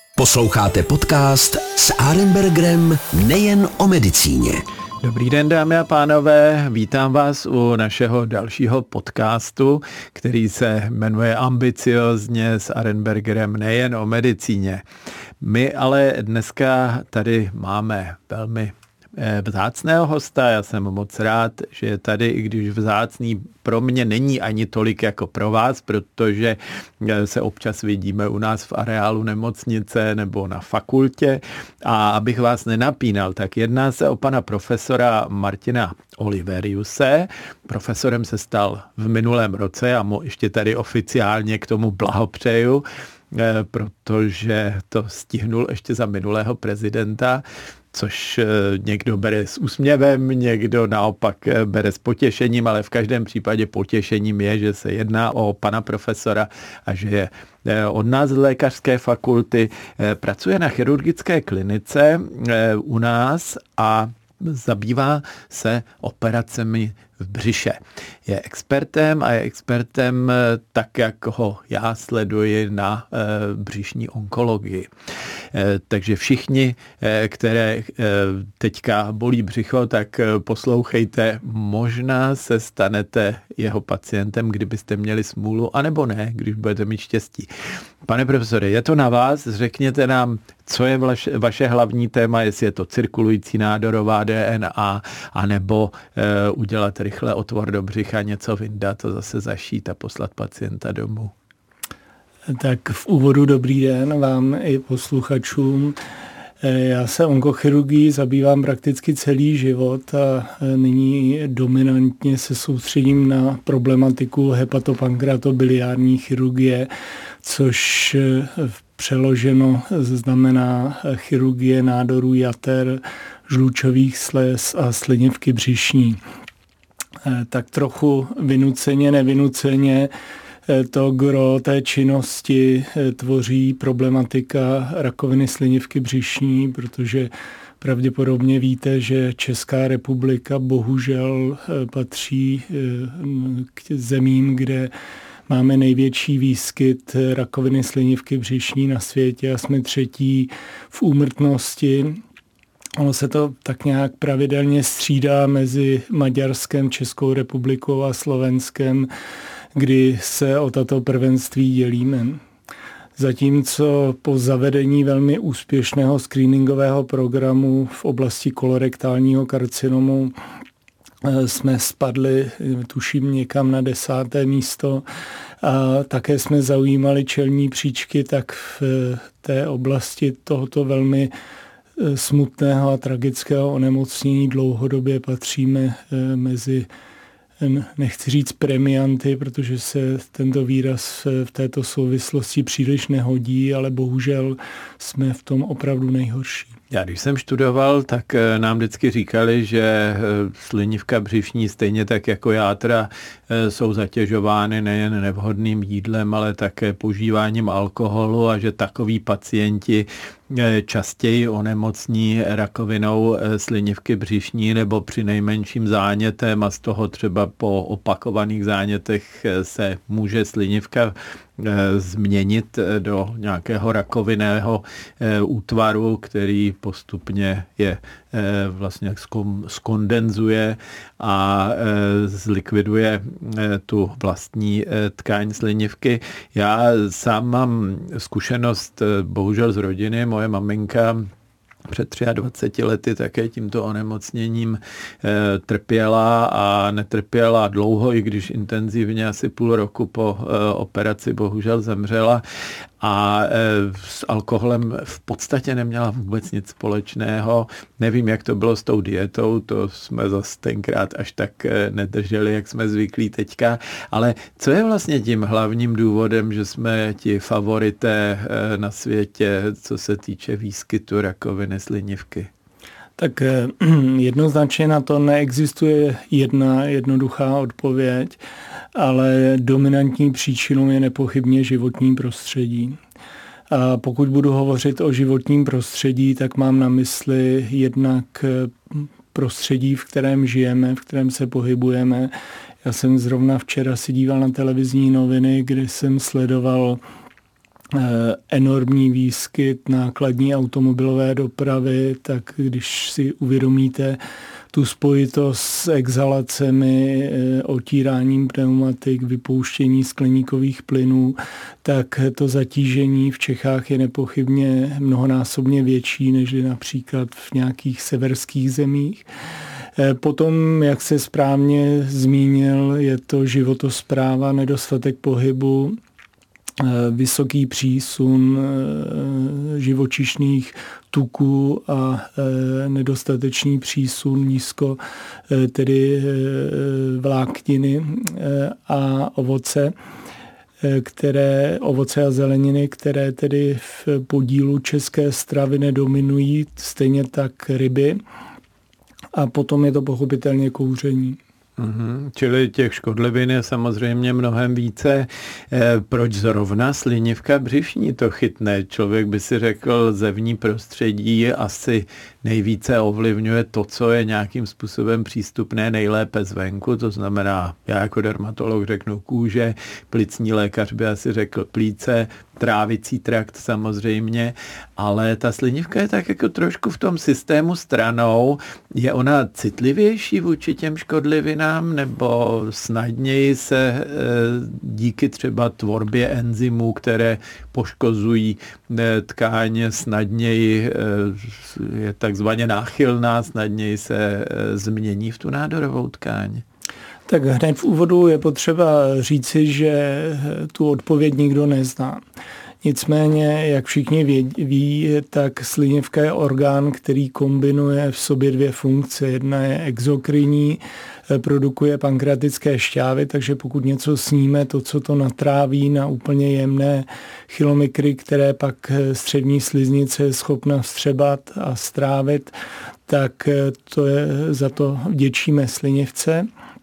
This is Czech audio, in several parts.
Posloucháte podcast s Arenbergerem nejen o medicíně. Dobrý den, dámy a pánové, vítám vás u našeho dalšího podcastu, který se jmenuje ambiciozně s Arenbergerem nejen o medicíně. My ale dneska tady máme velmi vzácného hosta, já jsem moc rád, že je tady, i když vzácný pro mě není ani tolik jako pro vás, protože se občas vidíme u nás v areálu nemocnice nebo na fakultě, a abych vás nenapínal, tak jedná se o pana profesora Martina Oliveriuse. Profesorem se stal v minulém roce a mu ještě tady oficiálně k tomu blahopřeju, protože to stihnul ještě za minulého prezidenta, což někdo bere s úsměvem, někdo naopak bere s potěšením, ale v každém případě potěšením je, že se jedná o pana profesora a že je od nás z lékařské fakulty, pracuje na chirurgické klinice u nás a zabývá se operacemi v břiše. Je expertem a je expertem tak, jak ho já sleduji na břišní onkologii. Takže všichni, které teďka bolí břicho, tak poslouchejte, možná se stanete jeho pacientem, kdybyste měli smůlu, anebo ne, když budete mít štěstí. Pane profesore, je to na vás, řekněte nám, co je vaše hlavní téma, jestli je to cirkulující nádorová DNA, anebo udělat rychle otvor do břicha, něco vyndat, to zase zašít a poslat pacienta domů. Tak v úvodu dobrý den vám i posluchačům. Já se onkochirurgií zabývám prakticky celý život a nyní dominantně se soustředím na problematiku hepatopankreatobiliární chirurgie, což přeloženo znamená chirurgie nádorů jater, žlučových slez a slinivky břišní. Tak trochu vynuceně, nevynuceně to gro té činnosti tvoří problematika rakoviny slinivky břišní, protože pravděpodobně víte, že Česká republika bohužel patří k zemím, kde máme největší výskyt rakoviny slinivky břišní na světě a jsme třetí v úmrtnosti. Ono se to tak nějak pravidelně střídá mezi Maďarskem, Českou republikou a Slovenskem, kdy se o tato prvenství dělíme. Zatímco po zavedení velmi úspěšného screeningového programu v oblasti kolorektálního karcinomu jsme spadli, tuším, někam na 10. místo a také jsme zaujímali čelní příčky, tak v té oblasti tohoto velmi smutného a tragického onemocnění dlouhodobě patříme mezi, nechci říct premianty, protože se tento výraz v této souvislosti příliš nehodí, ale bohužel jsme v tom opravdu nejhorší. Já když jsem študoval, tak nám vždycky říkali, že slinivka břišní stejně tak jako játra jsou zatěžovány nejen nevhodným jídlem, ale také požíváním alkoholu a že takoví pacienti častěji onemocní rakovinou slinivky břišní nebo přinejmenším zánětem a z toho třeba po opakovaných zánětech se může slinivka změnit do nějakého rakovinného útvaru, který postupně je vlastně skondenzuje a zlikviduje tu vlastní tkáň slinivky. Já sám mám zkušenost bohužel z rodiny, moje maminka před 23 lety také tímto onemocněním trpěla a netrpěla dlouho, i když intenzivně asi půl roku po operaci bohužel zemřela a s alkoholem v podstatě neměla vůbec nic společného. Nevím, jak to bylo s tou dietou, to jsme zase tenkrát až tak nedrželi, jak jsme zvyklí teďka, ale co je vlastně tím hlavním důvodem, že jsme ti favorité na světě, co se týče výskytu rakoviny slinivky? Tak jednoznačně na to neexistuje jedna jednoduchá odpověď, ale dominantní příčinou je nepochybně životní prostředí. A pokud budu hovořit o životním prostředí, tak mám na mysli jednak prostředí, v kterém žijeme, v kterém se pohybujeme. Já jsem zrovna včera si díval na televizní noviny, kde jsem sledoval enormní výskyt nákladní automobilové dopravy, tak když si uvědomíte tu spojitost s exhalacemi, otíráním pneumatik, vypouštění skleníkových plynů, tak to zatížení v Čechách je nepochybně mnohonásobně větší než například v nějakých severských zemích. Potom, jak se správně zmínil, je to životospráva, nedostatek pohybu, vysoký přísun živočišných tuků a nedostatečný přísun tedy vlákniny a ovoce a zeleniny, které tedy v podílu české stravy nedominují, stejně tak ryby. A potom je to pochopitelně kouření. Čili těch škodlivin je samozřejmě mnohem více. Proč zrovna slinivka břišní to chytne? Člověk by si řekl, zevní prostředí asi nejvíce ovlivňuje to, co je nějakým způsobem přístupné nejlépe zvenku, to znamená, já jako dermatolog řeknu kůže, plicní lékař by asi řekl plíce, trávicí trakt samozřejmě, ale ta slinivka je tak jako trošku v tom systému stranou. Je ona citlivější vůči těm škodlivinám, nebo snadněji se díky třeba tvorbě enzymů, které poškozují tkáň, snadněji je takzvaně náchylná, snadněji se změní v tu nádorovou tkáň? Tak hned v úvodu je potřeba říci, že tu odpověď nikdo nezná. Nicméně, jak všichni ví, tak slinivka je orgán, který kombinuje v sobě dvě funkce. Jedna je exokrinní, produkuje pankreatické šťávy, takže pokud něco sníme, to, co to natráví na úplně jemné chylomikry, které pak střední sliznice je schopna vstřebat a strávit, tak za to vděčíme slinivce.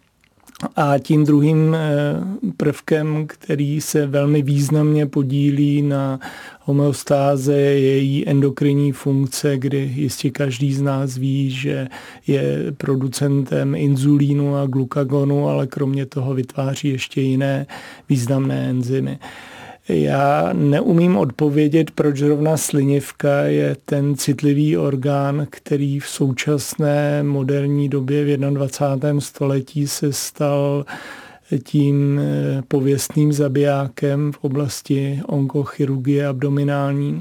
A tím druhým prvkem, který se velmi významně podílí na homeostáze, je její endokrinní funkce, kdy jistě každý z nás ví, že je producentem inzulínu a glukagonu, ale kromě toho vytváří ještě jiné významné enzymy. Já neumím odpovědět, proč zrovna slinivka je ten citlivý orgán, který v současné moderní době v 21. století se stal tím pověstným zabijákem v oblasti onkochirurgie abdominální.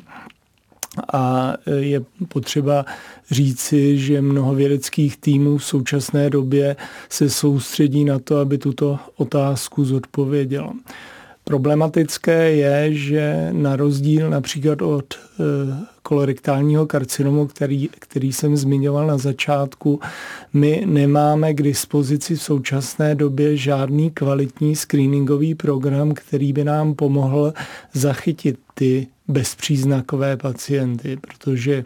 A je potřeba říci, že mnoho vědeckých týmů v současné době se soustředí na to, aby tuto otázku zodpovědělo. Problematické je, že na rozdíl například od kolorektálního karcinomu, který jsem zmiňoval na začátku, my nemáme k dispozici v současné době žádný kvalitní screeningový program, který by nám pomohl zachytit ty bezpříznakové pacienty, protože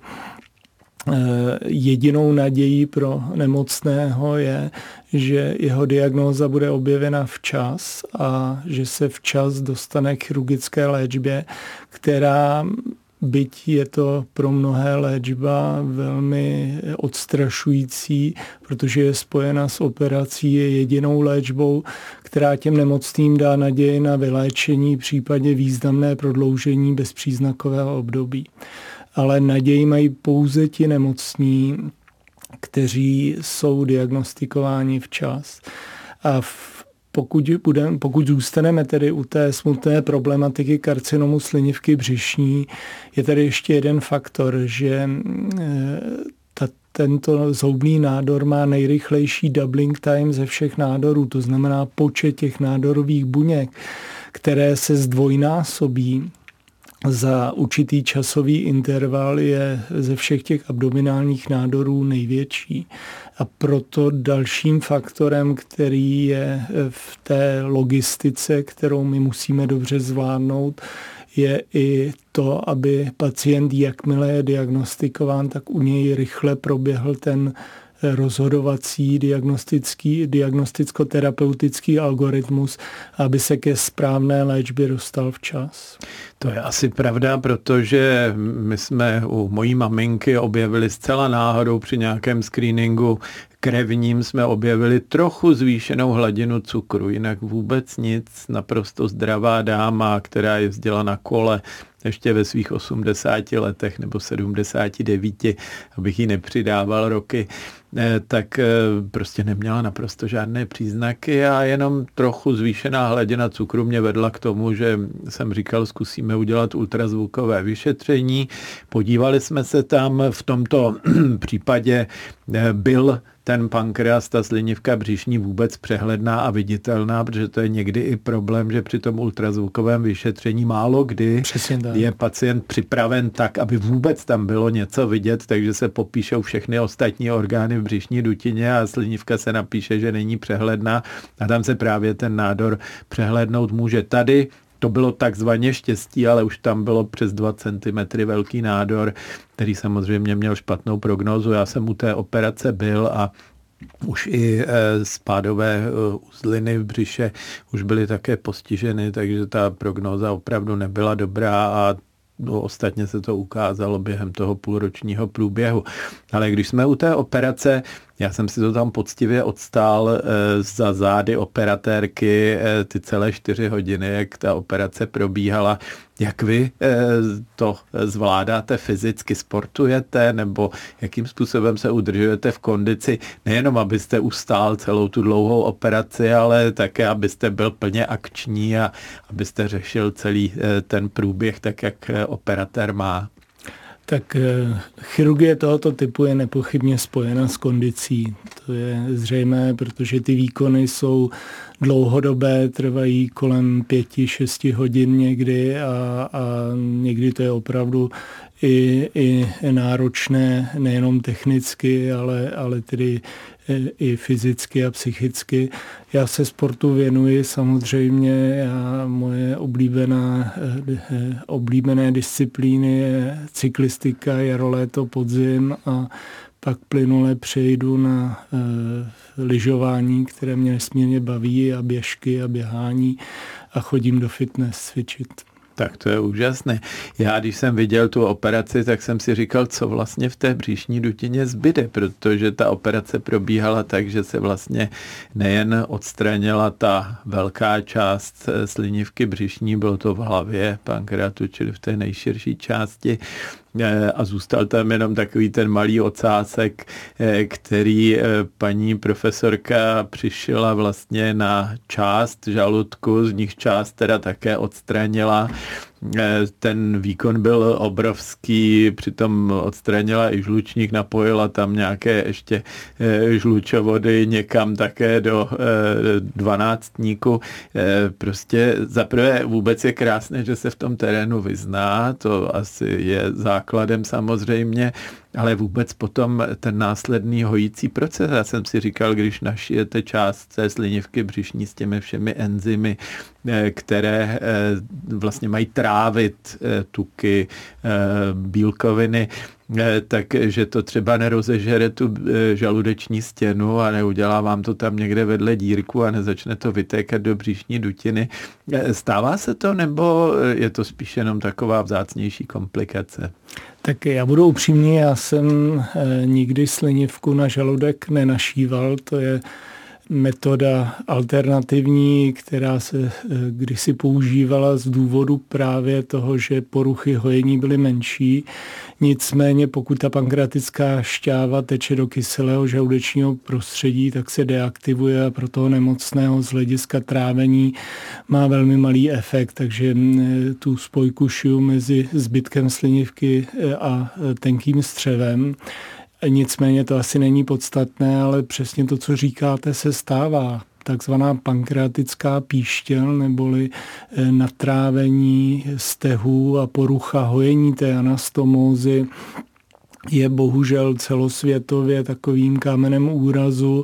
jedinou nadějí pro nemocného je, že jeho diagnóza bude objevena včas a že se včas dostane k chirurgické léčbě, která, byť je to pro mnohé léčba velmi odstrašující, protože je spojena s operací, je jedinou léčbou, která těm nemocným dá naději na vyléčení, případně významné prodloužení bezpříznakového období. Ale naději mají pouze ti nemocní, kteří jsou diagnostikováni včas. A pokud zůstaneme tedy u té smutné problematiky karcinomu slinivky břišní, je tady ještě jeden faktor, že tento zhoubný nádor má nejrychlejší doubling time ze všech nádorů, to znamená počet těch nádorových buněk, které se zdvojnásobí za určitý časový interval, je ze všech těch abdominálních nádorů největší. A proto dalším faktorem, který je v té logistice, kterou my musíme dobře zvládnout, je i to, aby pacient, jakmile je diagnostikován, tak u něj rychle proběhl ten rozhodovací diagnosticko-terapeutický algoritmus, aby se ke správné léčbě dostal včas. To je asi pravda, protože my jsme u mojí maminky objevili zcela náhodou při nějakém screeningu krevním jsme objevili trochu zvýšenou hladinu cukru, jinak vůbec nic, naprosto zdravá dáma, která jezdila na kole ještě ve svých 80 letech nebo 79, abych jí nepřidával roky, tak prostě neměla naprosto žádné příznaky a jenom trochu zvýšená hladina cukru mě vedla k tomu, že jsem říkal, zkusíme udělat ultrazvukové vyšetření. Podívali jsme se tam, v tomto případě byl ten pankreas, ta slinivka břišní vůbec přehledná a viditelná, protože to je někdy i problém, že při tom ultrazvukovém vyšetření málo kdy je pacient připraven tak, aby vůbec tam bylo něco vidět, takže se popíšou všechny ostatní orgány v břišní dutině a slinivka se napíše, že není přehledná a tam se právě ten nádor přehlednout může. Tady to bylo takzvaně štěstí, ale už tam bylo přes 2 cm velký nádor, který samozřejmě měl špatnou prognózu. Já jsem u té operace byl a už i spádové uzliny v břiše už byly také postiženy, takže ta prognóza opravdu nebyla dobrá a ostatně se to ukázalo během toho půlročního průběhu. Ale když jsme u té operace, já jsem si to tam poctivě odstál za zády operatérky ty celé 4 hodiny, jak ta operace probíhala. Jak vy to zvládáte fyzicky? Sportujete nebo jakým způsobem se udržujete v kondici? Nejenom, abyste ustál celou tu dlouhou operaci, ale také, abyste byl plně akční a abyste řešil celý ten průběh tak, jak operatér má. Tak chirurgie tohoto typu je nepochybně spojena s kondicí. To je zřejmé, protože ty výkony jsou dlouhodobé, trvají kolem 5-6 hodin někdy a někdy to je opravdu i náročné nejenom technicky, ale tedy i fyzicky a psychicky. Já se sportu věnuji samozřejmě, moje oblíbené disciplíny je cyklistika, jaro, léto, podzim a pak plynule přejdu na lyžování, které mě nesmírně baví a běžky a běhání a chodím do fitness cvičit. Tak to je úžasné. Já, když jsem viděl tu operaci, tak jsem si říkal, co vlastně v té břišní dutině zbyde, protože ta operace probíhala tak, že se vlastně nejen odstranila ta velká část slinivky břišní, bylo to v hlavě pankreatu, čili v té nejširší části, a zůstal tam jenom takový ten malý ocásek, který paní profesorka přišila vlastně na část žaludku, z nich část teda také odstranila. Ten výkon byl obrovský, přitom odstranila i žlučník, napojila tam nějaké ještě žlučovody někam také do 12níku. Prostě zaprvé vůbec je krásné, že se v tom terénu vyzná, to asi je základem samozřejmě, ale vůbec potom ten následný hojící proces. Já jsem si říkal, když našijete část té slinivky břišní s těmi všemi enzymy, které vlastně mají trávit tuky, bílkoviny, takže to třeba nerozežere tu žaludeční stěnu a neudělá vám to tam někde vedle dírku a nezačne to vytékat do břišní dutiny. Stává se to, nebo je to spíš jenom taková vzácnější komplikace? Tak já budu upřímný, já jsem nikdy slinivku na žaludek nenašíval, to je metoda alternativní, která se kdysi používala z důvodu právě toho, že poruchy hojení byly menší. Nicméně pokud ta pankreatická šťáva teče do kyselého žaludečního prostředí, tak se deaktivuje a pro toho nemocného z hlediska trávení má velmi malý efekt, takže tu spojku šiju mezi zbytkem slinivky a tenkým střevem. Nicméně to asi není podstatné, ale přesně to, co říkáte, se stává. Takzvaná pankreatická píštěl neboli natrávení stehů a porucha hojení té anastomózy je bohužel celosvětově takovým kámenem úrazu,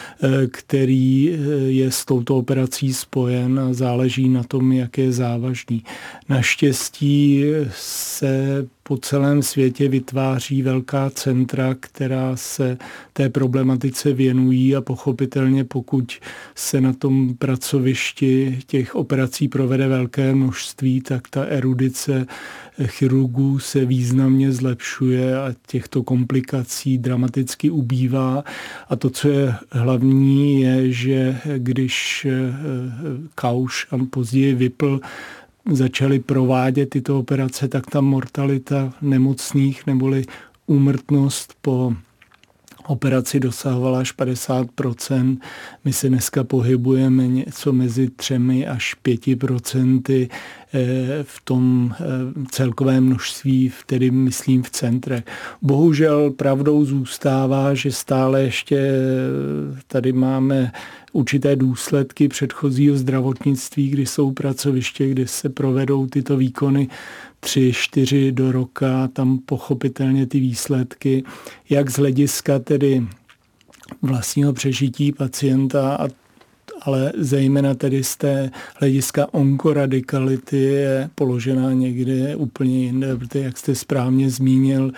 který je s touto operací spojen a záleží na tom, jak je závažný. Naštěstí se po celém světě vytváří velká centra, která se té problematice věnují a pochopitelně pokud se na tom pracovišti těch operací provede velké množství, tak ta erudice chirurgů se významně zlepšuje a těchto komplikací dramaticky ubývá. A to, co je hlavní, je, že když Kauš a později Whipple začali provádět tyto operace, tak ta mortalita nemocných neboli úmrtnost po operaci dosahovala až 50%. My se dneska pohybujeme něco mezi 3 až 5% v tom celkovém množství, tedy myslím v centrech. Bohužel pravdou zůstává, že stále ještě tady máme určité důsledky předchozího zdravotnictví, kdy jsou pracoviště, kde se provedou tyto výkony 3-4 do roka, tam pochopitelně ty výsledky, jak z hlediska tedy vlastního přežití pacienta, ale zejména tedy z té hlediska onkoradikality je položená někde úplně jinde, protože jak jste správně zmínil,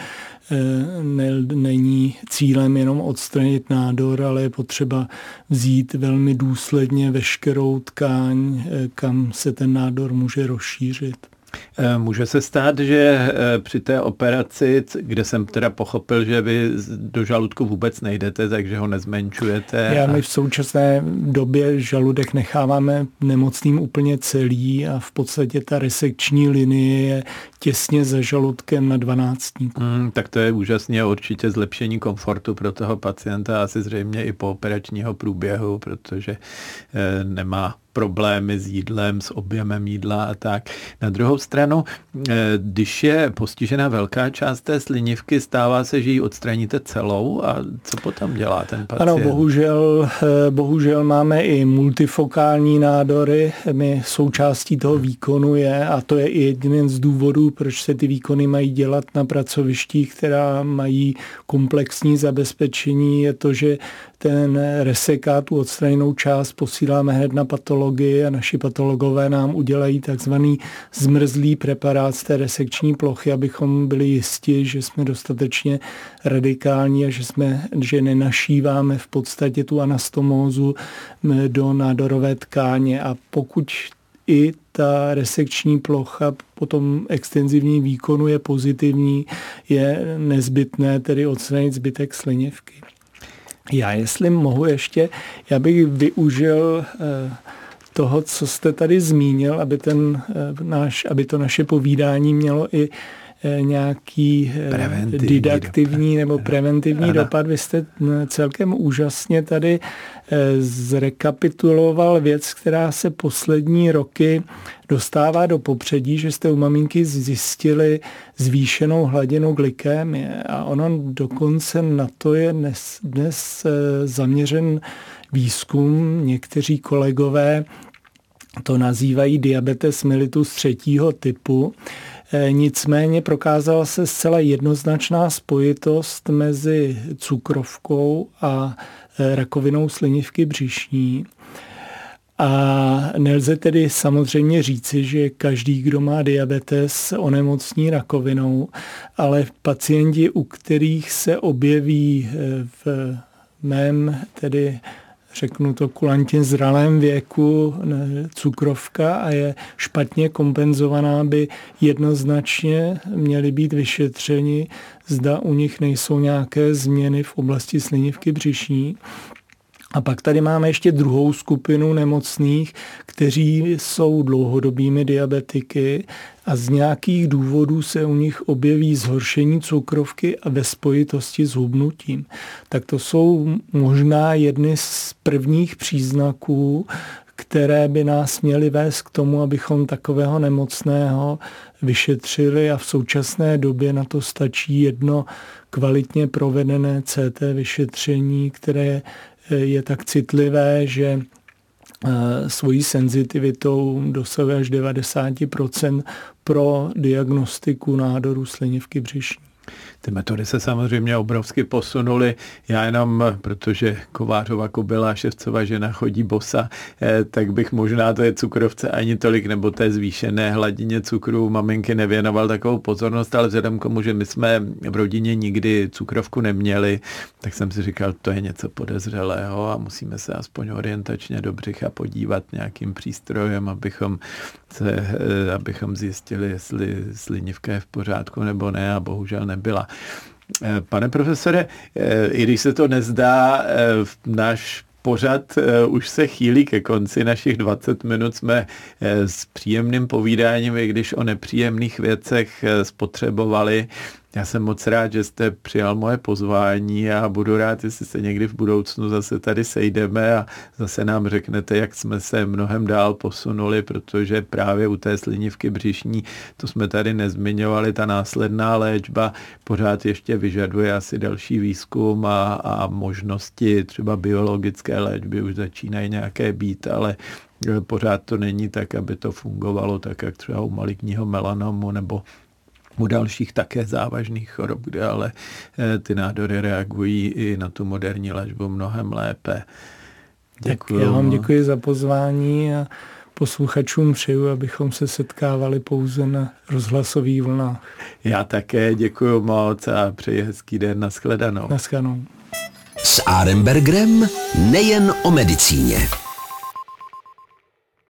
není cílem jenom odstranit nádor, ale je potřeba vzít velmi důsledně veškerou tkáň, kam se ten nádor může rozšířit. Může se stát, že při té operaci, kde jsem teda pochopil, že vy do žaludku vůbec nejdete, takže ho nezmenšujete. My v současné době žaludek necháváme nemocným úplně celý a v podstatě ta resekční linie je těsně za žaludkem na 12. Tak to je úžasně určitě zlepšení komfortu pro toho pacienta, asi zřejmě i po operačního průběhu, protože nemá problémy s jídlem, s objemem jídla a tak. Na druhou stranu, když je postižena velká část té slinivky, stává se, že ji odstraníte celou a co potom dělá ten pacient? Ano, bohužel máme i multifokální nádory. My součástí toho výkonu je, a to je i jeden z důvodů, proč se ty výkony mají dělat na pracovištích, která mají komplexní zabezpečení, je to, že ten resekát, tu odstraněnou část posíláme hned na patologii a naši patologové nám udělají takzvaný zmrzlý preparát z té resekční plochy, abychom byli jisti, že jsme dostatečně radikální a že nenašíváme v podstatě tu anastomózu do nádorové tkáně. A pokud i ta resekční plocha po tom extenzivním výkonu je pozitivní, je nezbytné tedy odstranit zbytek slinivky. Jestli mohu ještě, já bych využil toho, co jste tady zmínil, aby to naše povídání mělo i nějaký didaktivní nebo preventivní dopad. Vy jste celkem úžasně tady zrekapituloval věc, která se poslední roky dostává do popředí, že jste u maminky zjistili zvýšenou hladinu glykémie a ono dokonce na to je dnes zaměřen výzkum. Někteří kolegové to nazývají diabetes mellitus 3. typu. Nicméně prokázala se zcela jednoznačná spojitost mezi cukrovkou a rakovinou slinivky břišní. A nelze tedy samozřejmě říci, že každý, kdo má diabetes, onemocní rakovinou, ale pacienti, u kterých se objeví v mém tedy řeknu to kulantně zralém věku cukrovka a je špatně kompenzovaná, by jednoznačně měly být vyšetřeni, zda u nich nejsou nějaké změny v oblasti slinivky břišní. A pak tady máme ještě druhou skupinu nemocných, kteří jsou dlouhodobými diabetiky a z nějakých důvodů se u nich objeví zhoršení cukrovky a ve spojitosti s hubnutím. Tak to jsou možná jedny z prvních příznaků, které by nás měly vést k tomu, abychom takového nemocného vyšetřili a v současné době na to stačí jedno kvalitně provedené CT vyšetření, které je tak citlivé, že svojí senzitivitou dosahuje až 90% pro diagnostiku nádoru slinivky břišní. Ty metody se samozřejmě obrovsky posunuly. Já jenom, protože Kovářova kobyla, Ševcova žena chodí bosa, tak bych možná té cukrovce ani tolik nebo té zvýšené hladině cukru maminky nevěnoval takovou pozornost, ale vzhledem k tomu, že my jsme v rodině nikdy cukrovku neměli, tak jsem si říkal, to je něco podezřelého a musíme se aspoň orientačně do břicha podívat nějakým přístrojem, abychom zjistili, jestli slinivka je v pořádku nebo ne, a bohužel nebyla. Pane profesore, i když se to nezdá, náš pořad už se chýlí ke konci, našich 20 minut jsme s příjemným povídáním, i když o nepříjemných věcech spotřebovali. Já jsem moc rád, že jste přijal moje pozvání a budu rád, jestli se někdy v budoucnu zase tady sejdeme a zase nám řeknete, jak jsme se mnohem dál posunuli, protože právě u té slinivky břišní, to jsme tady nezmiňovali, ta následná léčba pořád ještě vyžaduje asi další výzkum a možnosti třeba biologické léčby už začínají nějaké být, ale pořád to není tak, aby to fungovalo tak, jak třeba u maligního melanomu nebo u dalších také závažných chorob, kde ale ty nádory reagují i na tu moderní léčbu mnohem lépe. Děkuji. Já vám děkuji za pozvání a posluchačům přeju, abychom se setkávali pouze na rozhlasových vlnách. Já také děkuji moc a přeji hezký den. Nashledanou. Nashledanou. S Arenbergerem nejen o medicíně.